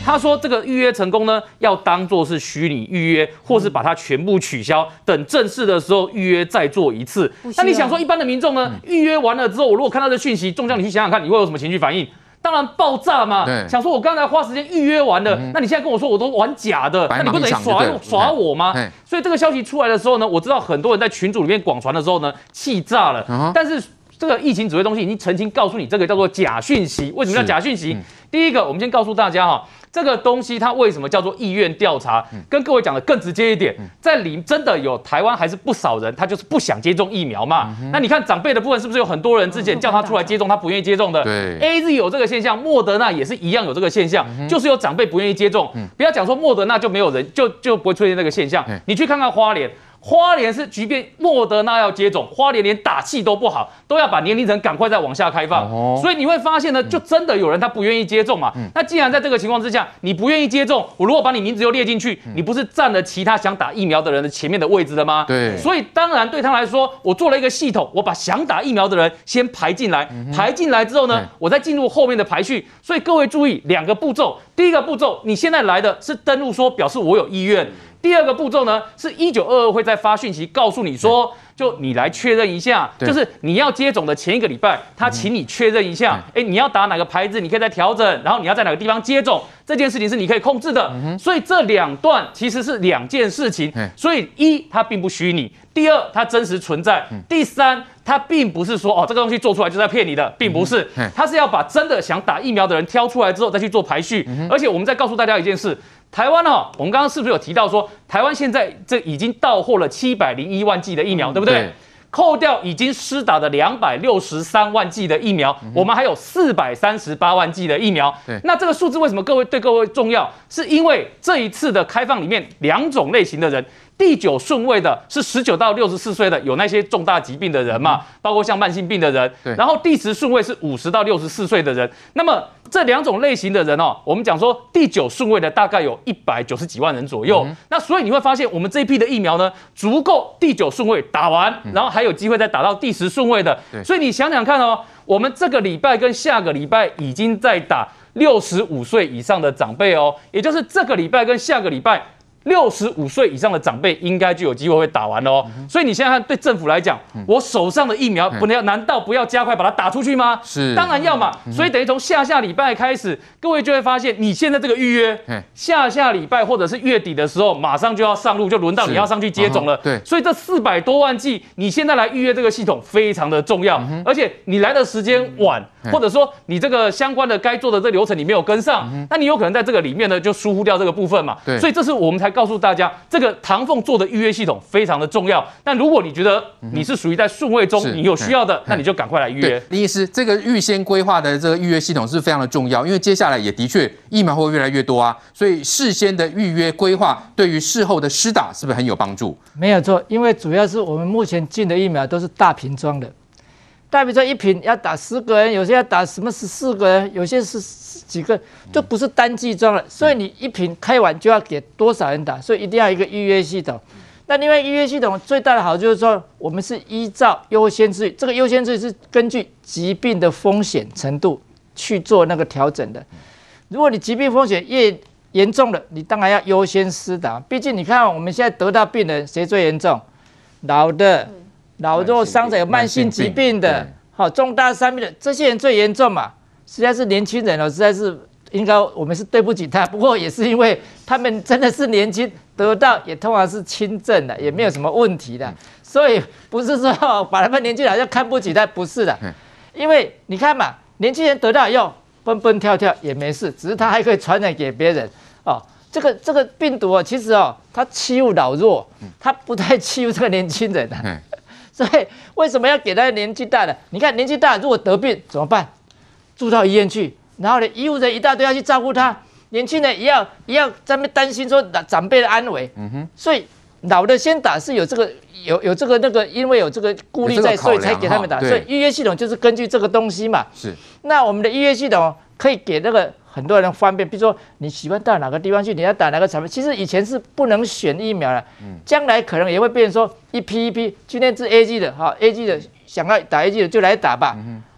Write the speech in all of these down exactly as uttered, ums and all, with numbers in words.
他说这个预约成功呢，要当做是虚拟预约，或是把它全部取消，等正式的时候预约再做一次。那你想说，一般的民众呢，预约完了之后，我如果看到这讯息，仲将，你去想想看，你会有什么情绪反应？当然爆炸嘛！想说我刚才花时间预约完了，嗯、那你现在跟我说我都玩假的，那你不等于耍耍我吗？所以这个消息出来的时候呢，我知道很多人在群组里面广传的时候呢，气炸了。嗯、但是这个疫情指挥中心已经澄清告诉你，这个叫做假讯息。为什么叫假讯息？嗯、第一个，我们先告诉大家哈。这个东西它为什么叫做意愿调查？跟各位讲的更直接一点，在里真的有台湾还是不少人，他就是不想接种疫苗嘛。那你看长辈的部分，是不是有很多人之前叫他出来接种，他不愿意接种的？对 ，A Z 有这个现象，莫德纳也是一样有这个现象，就是有长辈不愿意接种。不要讲说莫德纳就没有人，就就不会出现这个现象。你去看看花莲。花莲是，即便莫德纳要接种，花莲连打气都不好，都要把年龄层赶快再往下开放。哦、所以你会发现呢，就真的有人他不愿意接种嘛。嗯、那既然在这个情况之下，你不愿意接种，我如果把你名字又列进去，嗯、你不是占了其他想打疫苗的人的前面的位置了吗？对。所以当然对他来说，我做了一个系统，我把想打疫苗的人先排进来，嗯、排进来之后呢，我再进入后面的排序。所以各位注意两个步骤，第一个步骤，你现在来的是登录说表示我有意愿。第二个步骤呢，是一九二二会再发讯息告诉你说，就你来确认一下，就是你要接种的前一个礼拜，他请你确认一下，哎、嗯，你要打哪个牌子，你可以再调整，然后你要在哪个地方接种，这件事情是你可以控制的。嗯、所以这两段其实是两件事情，嗯、所以一它并不虚拟，第二它真实存在，嗯、第三它并不是说哦这个东西做出来就在骗你的，并不是，嗯、它是要把真的想打疫苗的人挑出来之后再去做排序，嗯、而且我们再告诉大家一件事。台湾哦，我们刚刚是不是有提到说，台湾现在这已经到货了七百零一万剂的疫苗，对不对？对，扣掉已经施打的两百六十三万剂的疫苗，嗯、我们还有四百三十八万剂的疫苗。那这个数字为什么各位对各位重要？是因为这一次的开放里面两种类型的人。第九顺位的是十九到六十四岁的，有那些重大疾病的人嘛，包括像慢性病的人。然后第十顺位是五十到六十四岁的人。那么这两种类型的人哦，我们讲说第九顺位的大概有一百九十几万人左右。嗯、那所以你会发现，我们这一批的疫苗呢，足够第九顺位打完，然后还有机会再打到第十顺位的。所以你想想看哦，我们这个礼拜跟下个礼拜已经在打六十五岁以上的长辈哦，也就是这个礼拜跟下个礼拜。六十五岁以上的长辈应该就有机会会打完喽，嗯、所以你现在看对政府来讲，嗯、我手上的疫苗不能要，难道不要加快把它打出去吗？是，当然要嘛。嗯、所以等于从下下礼拜开始，各位就会发现，你现在这个预约，嗯、下下礼拜或者是月底的时候，马上就要上路，就轮到你要上去接种了。对，所以这四百多万剂，你现在来预约这个系统非常的重要，嗯、而且你来的时间晚，嗯、或者说你这个相关的该做的这流程你没有跟上，嗯、那你有可能在这个里面呢就疏忽掉这个部分嘛。对，所以这是我们才。告诉大家，这个唐凤做的预约系统非常的重要。但如果你觉得你是属于在顺位中，你有需要的，那你就赶快来预约。 林医师，这个预先规划的这个预约系统是非常的重要，因为接下来也的确疫苗会越来越多啊，所以事先的预约规划对于事后的施打是不是很有帮助？ 没有错，因为主要是我们目前进的疫苗都是大瓶装的。大瓶装一瓶要打十个人，有些要打什么十四个人，有些是几个，就不是单剂装了。所以你一瓶开完就要给多少人打，所以一定要一个预约系统。那另外预约系统最大的好就是说，我们是依照优先次序，这个优先次序是根据疾病的风险程度去做那个调整的。如果你疾病风险越严重了，你当然要优先施打。毕竟你看我们现在得到病人谁最严重？老的。老弱伤者有慢性疾病的，好重大伤病的，这些人最严重嘛。实在是年轻人哦，实在是应该我们是对不起他。不过也是因为他们真的是年轻，得到也通常是轻症的，也没有什么问题的。所以不是说把他们年轻人好像看不起他，不是的。因为你看嘛，年轻人得到以后蹦蹦跳跳也没事，只是他还可以传染给别人哦。这个这个病毒哦，其实哦，它欺负老弱，它不太欺负这个年轻人的、啊。所以为什么要给他年纪大的？你看年纪大如果得病怎么办？住到医院去，然后呢，医护人一大堆要去照顾他，年轻人也要也要在那边担心说长辈的安危。嗯哼，所以老的先打是有这个有有这个那个，因为有这个顾虑在，所以才给他们打。所以预约系统就是根据这个东西嘛。是。那我们的预约系统可以给那个很多人方便，比如说你喜欢到哪个地方去，你要打哪个产品。其实以前是不能选疫苗了，将来可能也会变成说一批一批，今天是 A G 的哈 ，A G 的想要打 A G 的就来打吧。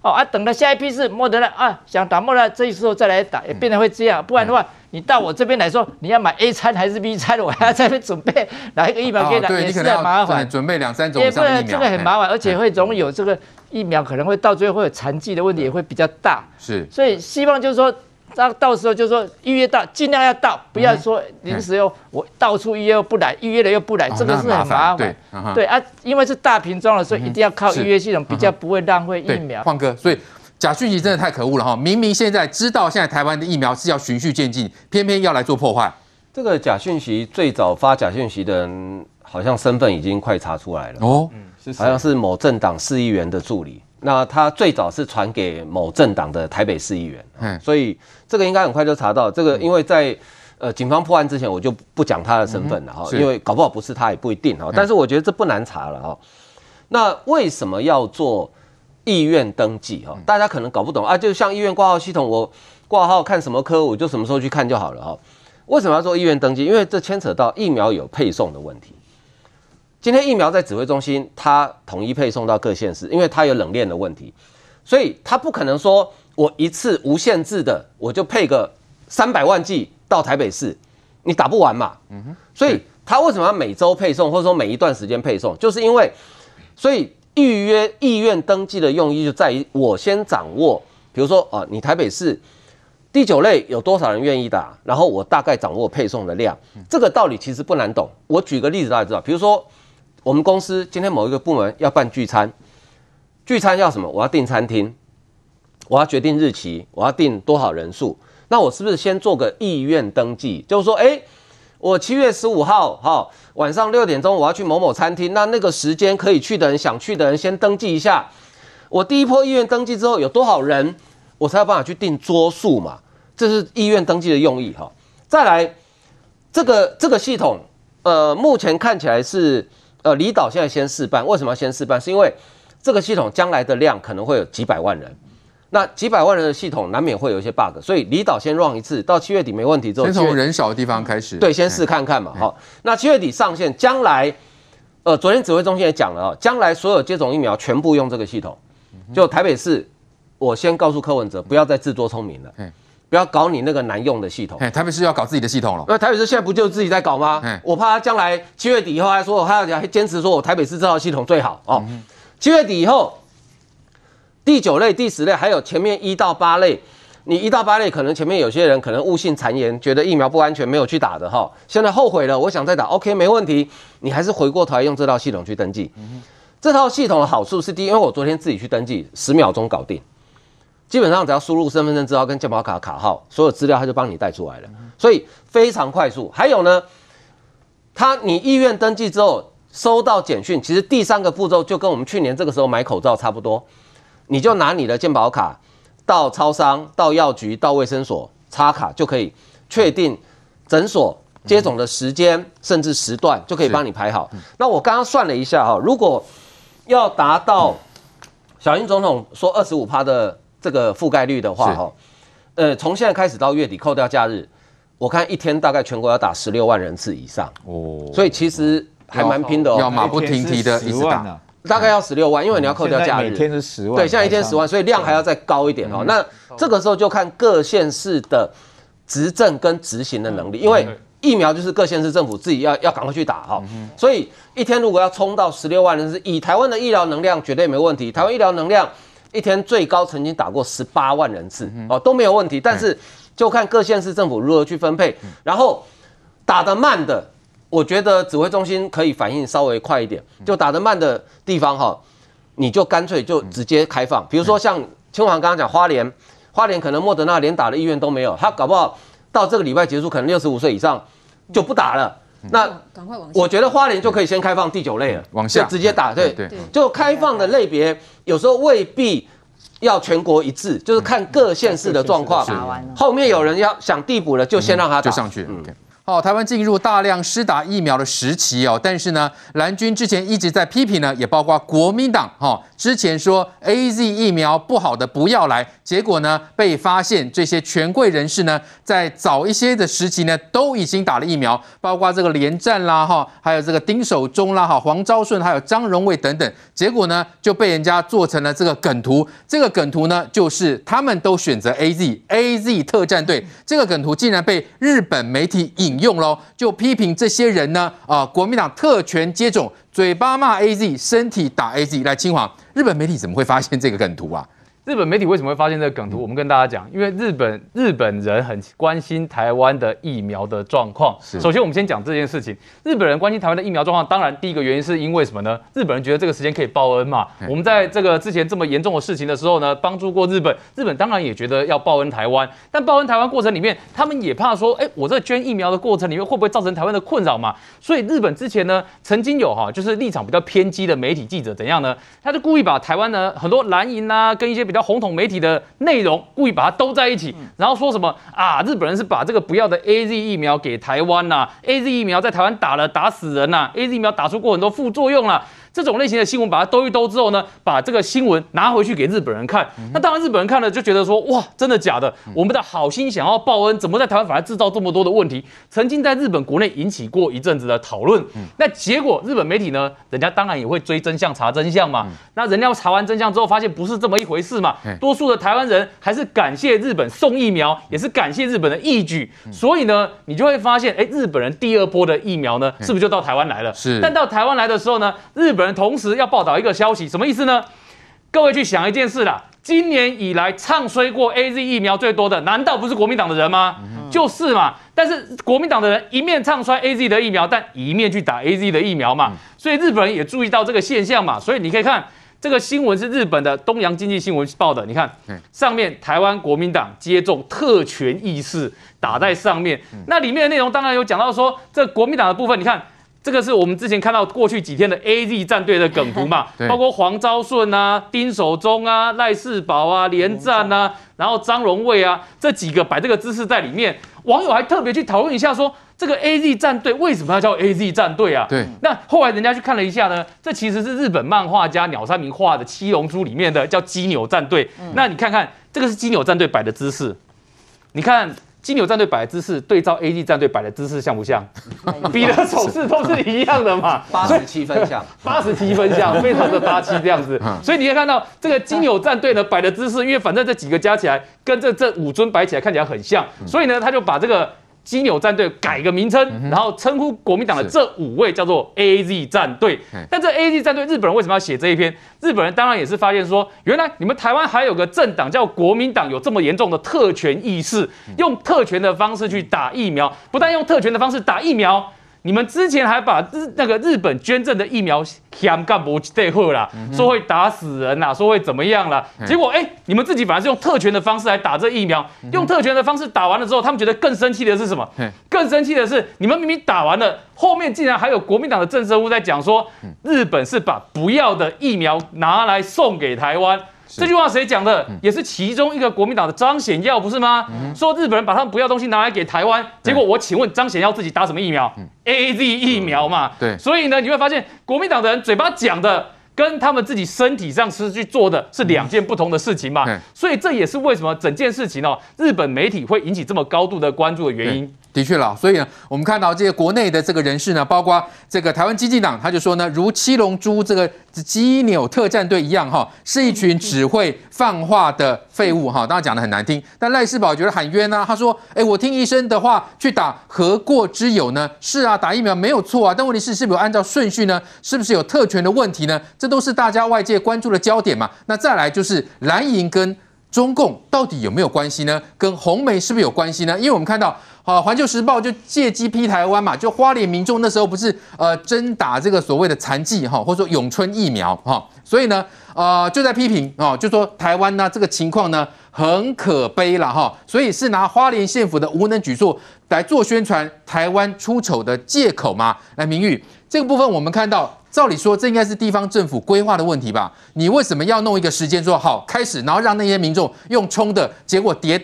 哦啊，等到下一批是莫德纳啊，想打莫德纳，这时候再来打，也变得会这样。不然的话，你到我这边来说，你要买 A 餐还是 B 餐，我还要在那边准备哪一个疫苗给你打，也是很麻烦。 准备两三种以上的疫苗， 这个很麻烦，而且会容易有这个疫苗可能会到最后会有残剂的问题，也会比较大。 是， 所以希望就是说。到到时候就说预约到，尽量要到，不要说临时又我到处预约又不来，预约了又不来，这个是很麻烦。对啊，因为是大瓶装的，所以一定要靠预约系统，比较不会浪费疫苗。 晃哥，所以假讯息真的太可恶了哈！明明现在知道现在台湾的疫苗是要循序渐进，偏偏要来做破坏。 这个假讯息最早发假讯息的人，好像身份已经快查出来了哦，好像是某政党市议员的助理。那他最早是传给某政党的台北市议员，嗯，所以这个应该很快就查到。这个因为在呃警方破案之前，我就不讲他的身份了哈，因为搞不好不是他也不一定哈。但是我觉得这不难查了哈。那为什么要做意愿登记哈？大家可能搞不懂啊，就像医院挂号系统，我挂号看什么科，我就什么时候去看就好了哈。为什么要做意愿登记？因为这牵扯到疫苗有配送的问题。今天疫苗在指挥中心，它统一配送到各县市，因为它有冷链的问题，所以它不可能说我一次无限制的，我就配个三百万剂到台北市，你打不完嘛。嗯、所以它为什么要每周配送，或者说每一段时间配送，就是因为，所以预约意愿登记的用意就在于我先掌握，比如说啊、呃，你台北市第九类有多少人愿意打，然后我大概掌握配送的量，这个道理其实不难懂。我举个例子大家知道，比如说。我们公司今天某一个部门要办聚餐，聚餐要什么？我要订餐厅，我要决定日期，我要订多少人数。那我是不是先做个意愿登记？就是说，哎，我七月十五号哈晚上六点钟我要去某某餐厅，那那个时间可以去的人、想去的人先登记一下。我第一波意愿登记之后有多少人，我才有办法去定桌数嘛？这是意愿登记的用意哈。再来，这个这个系统，呃，目前看起来是。呃，离岛现在先试办，为什么要先试办？是因为这个系统将来的量可能会有几百万人，那几百万人的系统难免会有一些 bug， 所以离岛先 run 一次，到七月底没问题之后， 先从人少的地方开始， 对，先试看看嘛。好，那七月底上线，将来，呃，昨天指挥中心也讲了啊，将来所有接种疫苗全部用这个系统，就台北市，我先告诉柯文哲，不要再自作聪明了。不要搞你那个难用的系统， 台北市要搞自己的系统了。 那台北市现在不就自己在搞吗？我怕他将来七月底以后还说，他要坚持说我台北市这套系统最好哦。七、嗯、月底以后，第九类、第十类还有前面一到八类，你一到八类可能前面有些人可能误信谗言，觉得疫苗不安全没有去打的哈，现在后悔了，我想再打 ，OK 没问题，你还是回过头来用这套系统去登记。嗯、这套系统的好处是第一，因为我昨天自己去登记，十秒钟搞定。基本上只要输入身份证字号跟健保卡卡号，所有资料它就帮你带出来了，所以非常快速。还有呢，它你意愿登记之后收到简讯，其实第三个步骤就跟我们去年这个时候买口罩差不多，你就拿你的健保卡到超商、到药局、到卫生所插卡就可以确定诊所接种的时间甚至时段，就可以帮你排好。那我刚刚算了一下哈，如果要达到小英总统说二十五趴的这个覆盖率的话，哈，呃，从现在开始到月底，扣掉假日，我看一天大概全国要打十六万人次以上哦，所以其实还蛮拼的哦， 要马不停蹄的一直打， 大概要十六万，因为你要扣掉假日， 每天是十万， 对，现在一天十万，所以量还要再高一点哦。那这个时候就看各县市的执政跟执行的能力，因为疫苗就是各县市政府自己要要赶快去打哈，所以一天如果要冲到十六万人次，以台湾的医疗能量绝对没问题，台湾医疗能量。一天最高曾经打过十八万人次哦，都没有问题，但是就看各县市政府如何去分配。然后打得慢的，我觉得指挥中心可以反应稍微快一点，就打得慢的地方哈，你就干脆就直接开放。比如说像清华刚刚讲花莲，花莲可能莫德纳连打的意愿都没有，他搞不好到这个礼拜结束，可能六十五岁以上就不打了。那我觉得花莲就可以先开放第九类了， 往下直接打，对对，就开放的类别有时候未必要全国一致，就是看各县市的状况。后面有人要想递补了，就先让他打就上去。嗯， 哦，台湾进入大量施打疫苗的时期哦，但是呢，蓝军之前一直在批评呢，也包括国民党哈、哦，之前说 A Z 疫苗不好的不要来，结果呢被发现这些权贵人士呢，在早一些的时期呢，都已经打了疫苗，包括这个连战啦哈，还有这个丁守中啦哈，黄昭顺还有张荣卫等等，结果呢就被人家做成了这个梗图，这个梗图呢就是他们都选择 A Z A Z 特战队，这个梗图竟然被日本媒体引用喽，就批评这些人呢啊、呃，国民党特权接种，嘴巴骂 A Z， 身体打 A Z。来，清华，日本媒体怎么会发现这个梗图啊？ 日本媒体为什么会发现这个梗图？我们跟大家讲，因为日本日本人很关心台湾的疫苗的状况。首先，我们先讲这件事情。日本人关心台湾的疫苗状况，当然第一个原因是因为什么呢？日本人觉得这个时间可以报恩嘛。我们在这个之前这么严重的事情的时候呢，帮助过日本，日本当然也觉得要报恩台湾。但报恩台湾过程里面，他们也怕说，哎，我这捐疫苗的过程里面会不会造成台湾的困扰嘛？所以日本之前呢，曾经有哈，就是立场比较偏激的媒体记者怎样呢？他就故意把台湾呢很多蓝营啊，跟一些比较红统媒体的内容故意把它兜在一起，然后说什么啊，日本人是把这个不要的 A Z 疫苗给台湾呐、啊、，A Z 疫苗在台湾打了打死人呐、啊、，A Z 疫苗打出过很多副作用啦、啊。这种类型的新闻把它兜一兜之后呢，把这个新闻拿回去给日本人看。那当然日本人看了就觉得说，哇，真的假的？我们的好心想要报恩，怎么在台湾反而制造这么多的问题？曾经在日本国内引起过一阵子的讨论。那结果日本媒体呢，人家当然也会追真相、查真相嘛。那人家查完真相之后，发现不是这么一回事嘛。多数的台湾人还是感谢日本送疫苗，也是感谢日本的义举。所以呢，你就会发现，哎，日本人第二波的疫苗呢，是不是就到台湾来了？ 是。但到台湾来的时候呢，日本人同时要报道一个消息，什么意思呢？各位去想一件事啦，今年以来唱衰过 A Z 疫苗最多的，难道不是国民党的人吗？嗯、就是嘛。但是国民党的人一面唱衰 A Z 的疫苗，但一面去打 A Z 的疫苗嘛，嗯、所以日本人也注意到这个现象嘛。所以你可以看这个新闻是日本的东洋经济新闻报的，你看、嗯、上面台湾国民党接种特权意识打在上面，嗯、那里面的内容当然有讲到说，这国民党的部分，你看。这个是我们之前看到过去几天的 A Z 战队的梗图嘛，包括黄昭顺啊、丁守中啊、赖士葆啊、连战啊，然后张荣卫啊这几个摆这个姿势在里面，网友还特别去讨论一下说，这个 A Z 战队为什么要叫 A Z 战队啊？ 对， 那后来人家去看了一下呢，这其实是日本漫画家鸟山明画的《七龙珠》里面的叫基纽战队。嗯、那你看看这个是基纽战队摆的姿势，你看。基纽战队摆的姿势对照 A Z 战队摆的姿势像不像？比的手势都是一样的嘛， 八十七分像， 八十七分像，非常的八七这样子。所以你可以看到这个基纽战队呢摆的姿势，因为反正这几个加起来跟这这五尊摆起来看起来很像，所以呢他就把这个基纽战队改个名称，然后称呼国民党的这五位叫做 A Z 战队。但这 A Z 战队日本人为什么要写这一篇？日本人当然也是发现说，原来你们台湾还有个政党叫国民党，有这么严重的特权意识，用特权的方式去打疫苗，不但用特权的方式打疫苗。你们之前还把日那个日本捐赠的疫苗嫌干不对货啦，说会打死人啦，说会怎么样啦，结果哎、欸，你们自己本来是用特权的方式来打这疫苗，用特权的方式打完了之后，他们觉得更生气的是什么？更生气的是你们明明打完了，后面竟然还有国民党的政治人物在讲说，日本是把不要的疫苗拿来送给台湾。这句话谁讲的？也是其中一个国民党的张显耀，不是吗？嗯、说日本人把他们不要东西拿来给台湾，结果我请问张显耀自己打什么疫苗、嗯、？A Z 疫苗嘛。 对， 所以呢，你会发现国民党的人嘴巴讲的，跟他们自己身体上是去做的是两件不同的事情嘛。嗯、所以这也是为什么整件事情哦，日本媒体会引起这么高度的关注的原因。 的确啦，所以呢，我们看到这个国内的这个人士呢，包括这个台湾基进党，他就说呢，如七龙珠这个基纽特战队一样哈，是一群只会放话的废物哈。当然讲得很难听，但赖士葆觉得喊冤啊，他说，哎，我听医生的话去打，何过之有呢？是啊，打疫苗没有错啊，但问题是是不是有按照顺序呢？是不是有特权的问题呢？这都是大家外界关注的焦点嘛。那再来就是蓝营跟中共到底有没有关系呢？跟红媒是不是有关系呢？因为我们看到。好，《环球时报》就借机批台湾嘛，就花莲民众那时候不是呃针打这个所谓的残剂哈，或者说咏春疫苗哈，所以呢呃就在批评哦，就说台湾呢这个情况呢很可悲了哈，所以是拿花莲县府的无能举措来做宣传台湾出丑的借口嘛。来，明玉这个部分我们看到，照理说这应该是地方政府规划的问题吧？你为什么要弄一个时间说好开始，然后让那些民众用冲的，结果跌倒？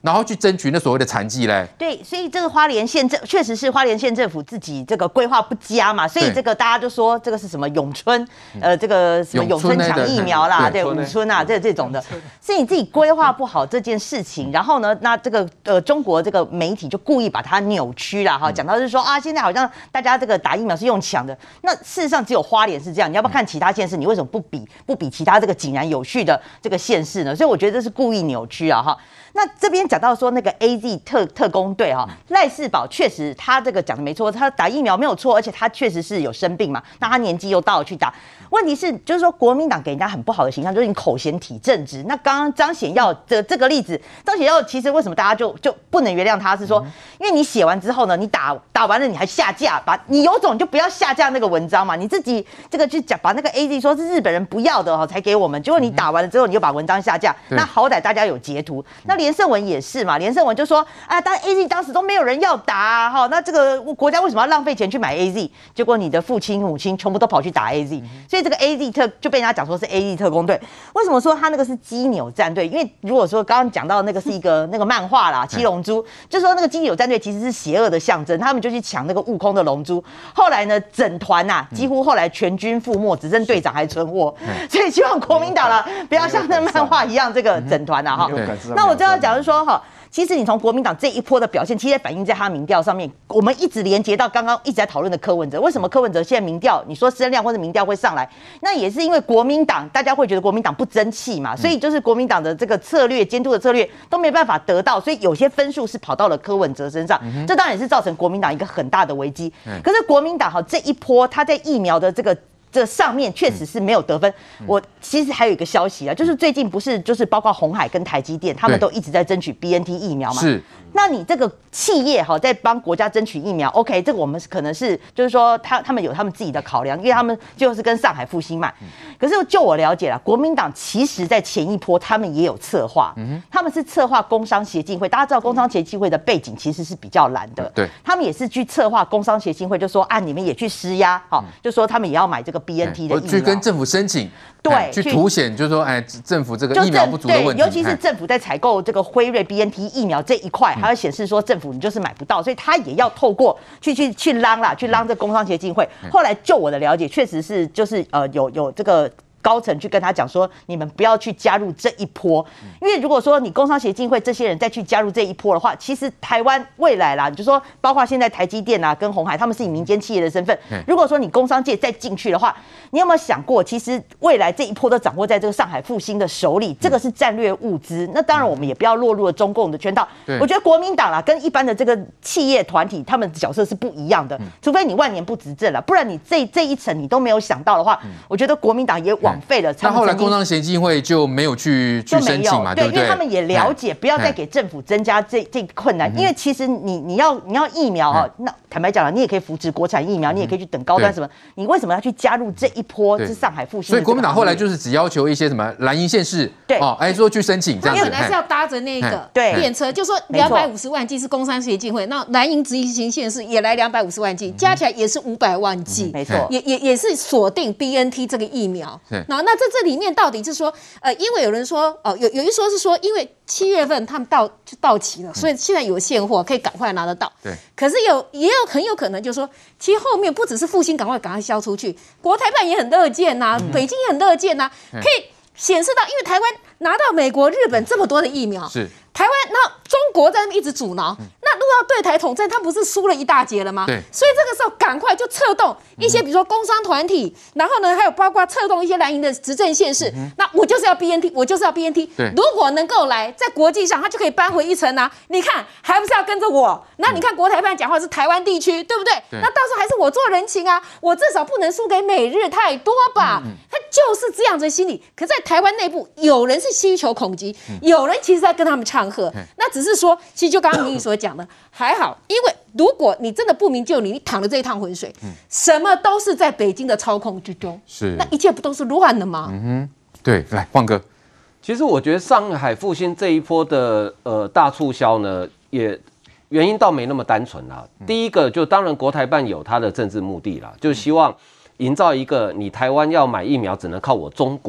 然后去争取那所谓的残疾嘞。 对，所以这个花莲县政确实是花莲县政府自己这个规划不佳嘛，所以这个大家就说这个是什么永春，呃，这个什么永春抢疫苗啦，对，永春啊，这这种的，是你自己规划不好这件事情，然后呢，那这个呃中国这个媒体就故意把它扭曲了哈，讲到是说啊，现在好像大家这个打疫苗是用抢的，那事实上只有花莲是这样，你要不要看其他县市？你为什么不比不比其他这个井然有序的这个县市呢？所以我觉得这是故意扭曲啊哈。那这边讲到说那个 A Z 特特工队哈，赖士葆确实他这个讲的没错，他打疫苗没有错，而且他确实是有生病嘛，那他年纪又到了去打。问题是就是说国民党给人家很不好的形象，就是你口嫌体正直。那刚刚张显耀的这个例子，张显耀其实为什么大家就就不能原谅他？是说，因为你写完之后呢，你打打完了你还下架，把你有种你就不要下架那个文章嘛，你自己这个去讲把那个 A Z 说是日本人不要的哈才给我们，结果你打完了之后你就把文章下架，那好歹大家有截图，那连胜文也是嘛，连胜文就说啊，但 A Z 当时都没有人要打啊，哈，那这个国家为什么要浪费钱去买 A Z？ 结果你的父亲母亲全部都跑去打 A Z， 所以这个 A Z 特就被人家讲说是 A Z 特工队。为什么说他那个是基纽战队？因为如果说刚刚讲到那个是一个那个漫画啦，七龙珠，就说那个基纽战队其实是邪恶的象征，他们就去抢那个悟空的龙珠。后来呢，整团呐、啊，几乎后来全军覆没，只剩队长还存活。所以希望国民党啦，不要像那漫画一样这个整团呐哈。那我就要讲是说哈。其实你从国民党这一波的表现，其实也反映在他民调上面。我们一直连接到刚刚一直在讨论的柯文哲，为什么柯文哲现在民调，你说声量或者民调会上来？那也是因为国民党大家会觉得国民党不争气嘛，所以就是国民党的这个策略、监督的策略都没办法得到，所以有些分数是跑到了柯文哲身上，这当然也是造成国民党一个很大的危机。可是国民党哈这一波，他在疫苗的这个。这上面确实是没有得分。嗯、我其实还有一个消息啊，就是最近不是就是包括鸿海跟台积电，他们都一直在争取 B N T 疫苗嘛。是。那你这个企业哈，在帮国家争取疫苗 ，OK， 这个我们可能是就是说他他们有他们自己的考量，因为他们就是跟上海复兴买。可是就我了解啦，国民党其实在前一波他们也有策划，嗯、他们是策划工商协进会。大家知道工商协进会的背景其实是比较蓝的，对，他们也是去策划工商协进会，就说啊，你们也去施压，好、嗯，就说他们也要买这个 B N T 的疫苗， 去跟政府申请。 对， 去凸显就是说，哎，政府这个疫苗不足的问题， 尤其是政府在采购这个辉瑞 B N T 疫苗这一块，还要显示说政府你就是买不到，所以他也要透过去去去嚷啦，去嚷这工商协进会。后来就我的了解，确实是就是呃有有这个。高层去跟他讲说，你们不要去加入这一波，因为如果说你工商协进会这些人再去加入这一波的话，其实台湾未来啦，你就说包括现在台积电啊跟鸿海，他们是以民间企业的身份，如果说你工商界再进去的话，你有没有想过，其实未来这一波都掌握在这个上海复兴的手里，这个是战略物资。那当然我们也不要落入了中共的圈套。我觉得国民党啦跟一般的这个企业团体，他们角色是不一样的，除非你万年不执政了，不然你这这一层你都没有想到的话，我觉得国民党也往。废了， 那后来工商协进会就没有去去申请嘛，对不对？ 因为他们也了解，不要再给政府增加这这困难，因为其实你你要你要疫苗啊，那坦白讲了，你也可以扶持国产疫苗，你也可以去等高端什么，你为什么要去加入这一波是上海复兴？ 所以国民党后来就是只要求一些什么蓝营县市，对哦，哎说去申请这样子， 本来是要搭着那个列车，就说两百五十万剂是工商协进会，那蓝营执行县市也来两百五十万剂，加起来也是五百万剂， 没错， 也也也是锁定 B N T 这个疫苗，那那这这里面到底是说，呃，因为有人说，哦，有有一说是说，因为七月份他们到就到期了，所以现在有现货可以赶快拿得到。对。可是有也有很有可能就是说，其实后面不只是复兴赶快赶快销出去，国台办也很乐见呐、啊，嗯、北京也很乐见呐、啊，可以显示到，因为台湾拿到美国、日本这么多的疫苗，是台湾那中国在那边一直阻挠。嗯那如果要对台统战，他不是输了一大截了吗？对，所以这个时候赶快就策动一些，比如说工商团体，嗯、然后呢，还有包括策动一些蓝营的执政县市。嗯、那我就是要 B N T， 我就是要 B N T。如果能够来，在国际上他就可以扳回一城啊！你看，还不是要跟着我？那你看国台办讲话是台湾地区，对不对？对那到时候还是我做人情啊，我至少不能输给美日太多吧？嗯、他就是这样子的心理。可在台湾内部，有人是需求恐惧，嗯、有人其实在跟他们唱和。嗯、那只是说，其实就刚刚明宇所讲的。还好，因为如果你真的不明就里，你淌了这一趟浑水，嗯、什么都是在北京的操控之中，是那一切不都是乱的吗？ 嗯哼，对，来旺哥， 其实我觉得上海复兴这一波的呃大促销呢，也原因倒没那么单纯啦。嗯、第一个就当然国台办有它的政治目的啦，就是希望营造一个你台湾要买疫苗只能靠我中国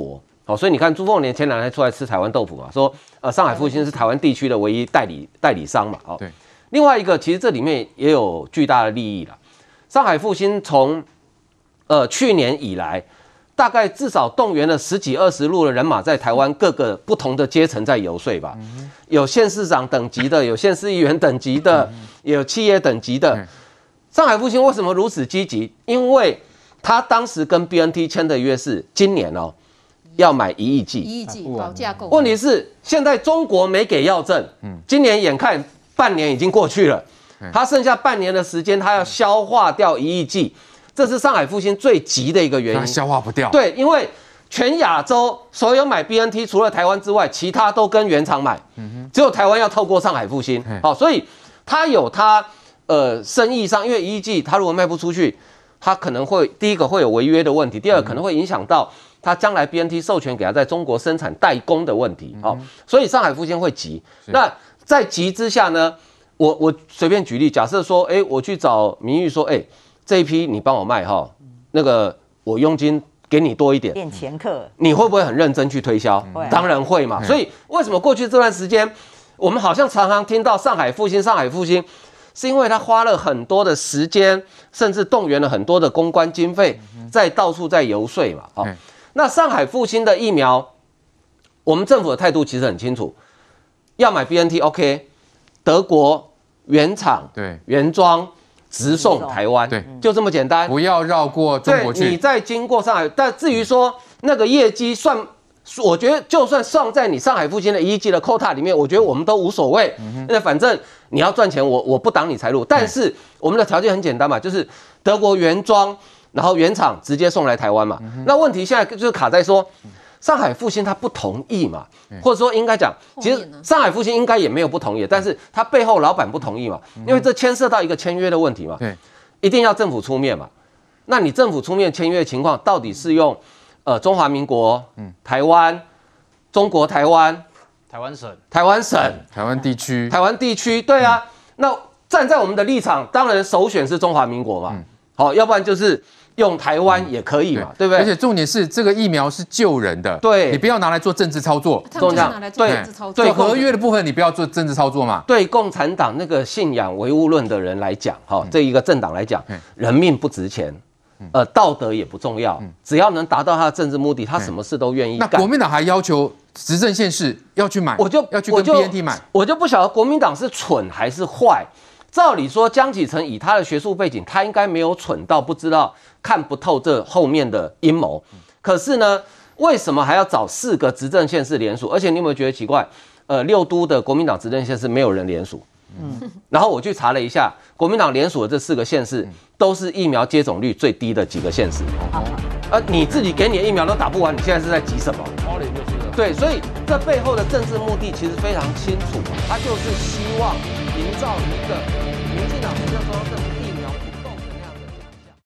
好，所以你看朱凤莲前两天出来吃台湾豆腐嘛，说呃上海复兴是台湾地区的唯一代理代理商嘛，好， 对。 另外一个，其实这里面也有巨大的利益啦。上海复兴从呃去年以来，大概至少动员了十几二十路的人马，在台湾各个不同的阶层在游说吧，嗯、有县市长等级的，有县市议员等级的，嗯、有企业等级的。嗯、上海复兴为什么如此积极？因为他当时跟 B N T 签的约是今年哦。要买一亿剂， 一亿剂保价购。 问题是现在中国没给药证，嗯，今年眼看半年已经过去了，他剩下半年的时间，他要消化掉一亿剂，这是上海复兴最急的一个原因。 他消化不掉。 对，因为全亚洲所有买 B N T 除了台湾之外，其他都跟原厂买，嗯、只有台湾要透过上海复兴。好，所以他有他呃生意上，因为一亿剂他如果卖不出去，他可能会第一个会有违约的问题，第二个可能会影响到。他将来 B N T 授权给他在中国生产代工的问题，好、嗯，所以上海复兴会急。那在急之下呢，我我随便举例，假设说，哎，我去找明玉说，哎，这一批你帮我卖哈，那个我佣金给你多一点， 变前客， 你会不会很认真去推销？ 嗯、 当然会嘛。所以为什么过去这段时间，我们好像常常听到上海复兴，上海复兴，是因为他花了很多的时间，甚至动员了很多的公关经费，在到处在游说嘛，好。嗯那上海复兴的疫苗，我们政府的态度其实很清楚，要买 B N T OK， 德国原厂对原装直送台湾， 对， 就这么简单， 不要绕过中国去。 对，你再经过上海，但至于说那个业绩算，我觉得就算算在你上海复兴的一亿剂的 quota 里面，我觉得我们都无所谓，因为反正你要赚钱，我我不挡你财路。但是我们的条件很简单嘛，就是德国原装。然后原厂直接送来台湾嘛，嗯、那问题现在就是卡在说，上海复兴他不同意嘛，嗯、或者说应该讲，其实上海复兴应该也没有不同意，但是他背后老板不同意嘛，嗯、因为这牵涉到一个签约的问题嘛，对，一定要政府出面嘛。那你政府出面签约情况到底是用呃中华民国、嗯、台湾、中国台湾、 台湾省、 台湾省、 台湾地区、 台湾地区，对啊，嗯、那站在我们的立场，当然首选是中华民国嘛，嗯、好，要不然就是。用台湾也可以嘛，嗯、对, 对不对？ 而且重点是这个疫苗是救人的， 对， 你不要拿来做政治操作。 他们就是拿来做政治操作。 对合约的部分，你不要做政治操作嘛。 对共产党那个信仰唯物论的人来讲，哈、嗯，这一个政党来讲，嗯、人命不值钱，呃，道德也不重要，嗯、只要能达到他的政治目的，他什么事都愿意干。 那国民党还要求执政县市要去买， 我就要去跟 B N T 买， 我就不晓得国民党是蠢还是坏。照理说，江启臣以他的学术背景，他应该没有蠢到不知道看不透这后面的阴谋。可是呢，为什么还要找四个执政县市联署？而且你有没有觉得奇怪？呃，六都的国民党执政县市没有人联署。嗯，然后我去查了一下，国民党联署的这四个县市都是疫苗接种率最低的几个县市。而你自己给你的疫苗都打不完，你现在是在急什么？对，所以这背后的政治目的其实非常清楚，他就是希望营造一个民进党执政中央政府。